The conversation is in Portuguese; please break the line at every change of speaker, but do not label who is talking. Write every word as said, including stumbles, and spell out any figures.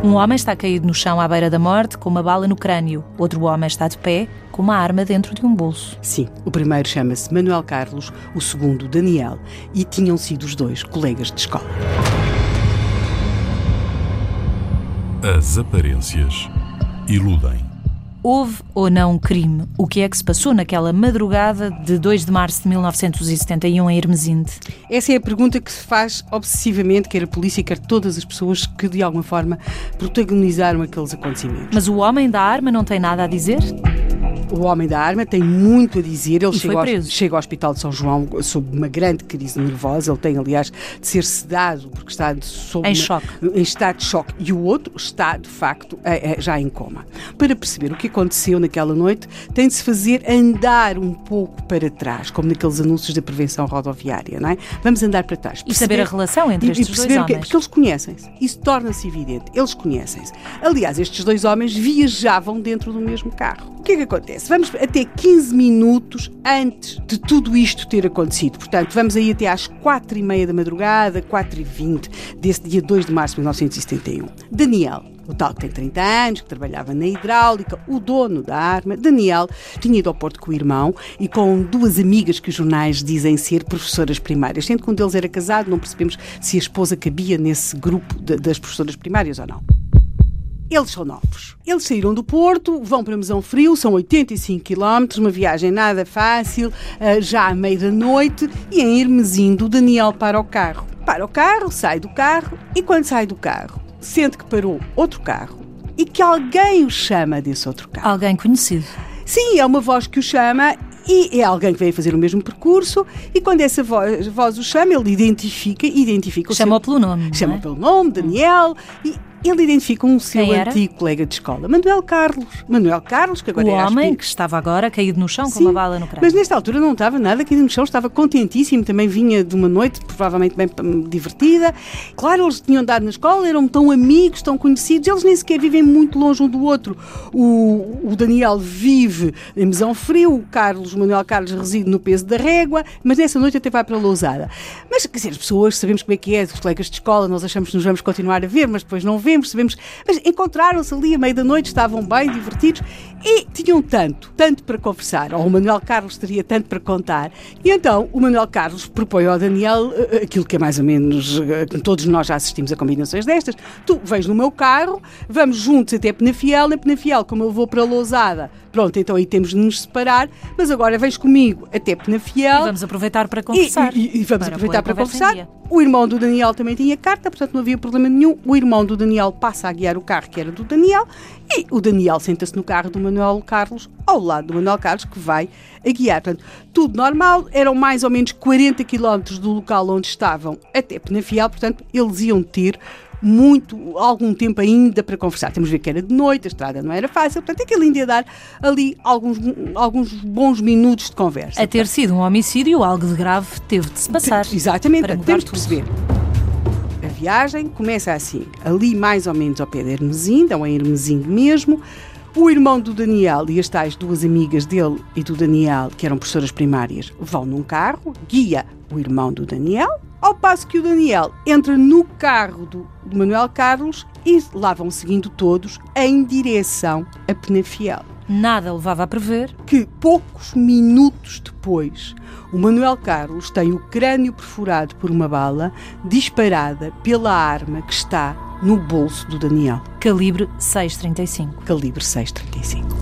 Um homem está caído no chão à beira da morte, com uma bala no crânio. Outro homem está de pé, com uma arma dentro de um bolso.
Sim, o primeiro chama-se Manuel Carlos, o segundo Daniel, e tinham sido os dois colegas de escola.
As aparências iludem.
Houve ou não um crime? O que é que se passou naquela madrugada de dois de março de mil novecentos e setenta e um em Hermesinde?
Essa é a pergunta que se faz obsessivamente, quer a polícia, quer todas as pessoas que de alguma forma protagonizaram aqueles acontecimentos.
Mas o homem da arma não tem nada a dizer?
O homem da arma tem muito a dizer. Ele
E
chega
foi
ao,
preso.
chega ao Hospital de São João sob uma grande crise nervosa. Ele tem, aliás, de ser sedado porque está sob
Em
uma,
choque.
em estado de choque. E o outro está, de facto, é, é, já em coma. Para perceber o que aconteceu naquela noite, tem de se fazer andar um pouco para trás, como naqueles anúncios da prevenção rodoviária, não é? Vamos andar para trás.
E saber a relação entre
e,
estes
e
dois
perceber o que-
homens.
Porque eles conhecem-se. Isso torna-se evidente. Eles conhecem-se. Aliás, estes dois homens viajavam dentro do mesmo carro. O que é que acontece? Vamos até quinze minutos antes de tudo isto ter acontecido. Portanto, vamos aí até às quatro e meia da madrugada, quatro e vinte, desse dia dois de março de mil novecentos e setenta e um. Daniel, o tal que tem trinta anos, que trabalhava na hidráulica, o dono da arma, Daniel, tinha ido ao Porto com o irmão e com duas amigas que os jornais dizem ser professoras primárias. Sendo que um deles era casado, não percebemos se a esposa cabia nesse grupo de, das professoras primárias ou não. Eles são novos. Eles saíram do Porto, vão para Mesão Frio, são oitenta e cinco quilómetros, uma viagem nada fácil, já à meia da noite, e em Hermesinde o Daniel para o carro. Para o carro, sai do carro, e quando sai do carro, sente que parou outro carro e que alguém o chama desse outro carro.
Alguém conhecido.
Sim, é uma voz que o chama e é alguém que veio fazer o mesmo percurso, e quando essa voz, voz o chama, ele identifica, identifica o
Chama-o
seu...
pelo nome. não
Chama
é?
pelo nome, Daniel, e ele identifica um seu
Quem era?
antigo colega de escola, Manuel Carlos. Manuel Carlos, que agora
O
é
homem
aspirante.
que estava agora caído no chão com
Sim,
uma bala no crânio.
mas nesta altura não estava nada caído no chão, estava contentíssimo, também vinha de uma noite provavelmente bem hum, divertida. Claro, eles tinham andado na escola, eram tão amigos, tão conhecidos, eles nem sequer vivem muito longe um do outro. O, o Daniel vive em Mesão Frio, o Carlos, o Manuel Carlos reside no Peso da Régua, mas nessa noite até vai para Lousada. Mas, quer dizer, as pessoas, sabemos como é que é, os colegas de escola, nós achamos que nos vamos continuar a ver, mas depois não vemos, sabemos... Mas encontraram-se ali à meia da noite, estavam bem divertidos e tinham tanto, tanto para conversar, ou o Manuel Carlos teria tanto para contar, e então o Manuel Carlos propõe ao Daniel uh, aquilo que é mais ou menos, uh, todos nós já assistimos a combinações destas: tu vens no meu carro, vamos juntos até Penafiel, na Penafiel, como eu vou para Lousada, pronto, então aí temos de nos separar, mas agora vens comigo até Penafiel.
E vamos aproveitar para conversar.
E, e, e vamos
para
aproveitar
pôr a
para
conversa em
conversar.
dia.
O irmão do Daniel também tinha carta, portanto não havia problema nenhum. O irmão do Daniel passa a guiar o carro que era do Daniel e o Daniel senta-se no carro do Manuel Carlos, ao lado do Manuel Carlos, que vai a guiar. Portanto, tudo normal, eram mais ou menos quarenta quilómetros do local onde estavam até Penafiel, portanto eles iam ter muito, algum tempo ainda para conversar. Temos de ver que era de noite, a estrada não era fácil, portanto aquilo ainda ia dar ali alguns, alguns bons minutos de conversa.
A ter sido um homicídio, algo de grave teve de se passar.
Exatamente,
para mudar
temos de
tudo.
perceber. A viagem começa assim, ali mais ou menos ao pé de Hermesinde, ou em Hermesinde mesmo. O irmão do Daniel e as tais duas amigas dele e do Daniel, que eram professoras primárias, vão num carro, guia o irmão do Daniel, ao passo que o Daniel entra no carro do, do Manuel Carlos e lá vão seguindo todos em direção a Penafiel.
Nada levava a prever.
Que poucos minutos depois, o Manuel Carlos tem o crânio perfurado por uma bala disparada pela arma que está no bolso do Daniel.
Calibre seis trinta e cinco.
Calibre seis trinta e cinco.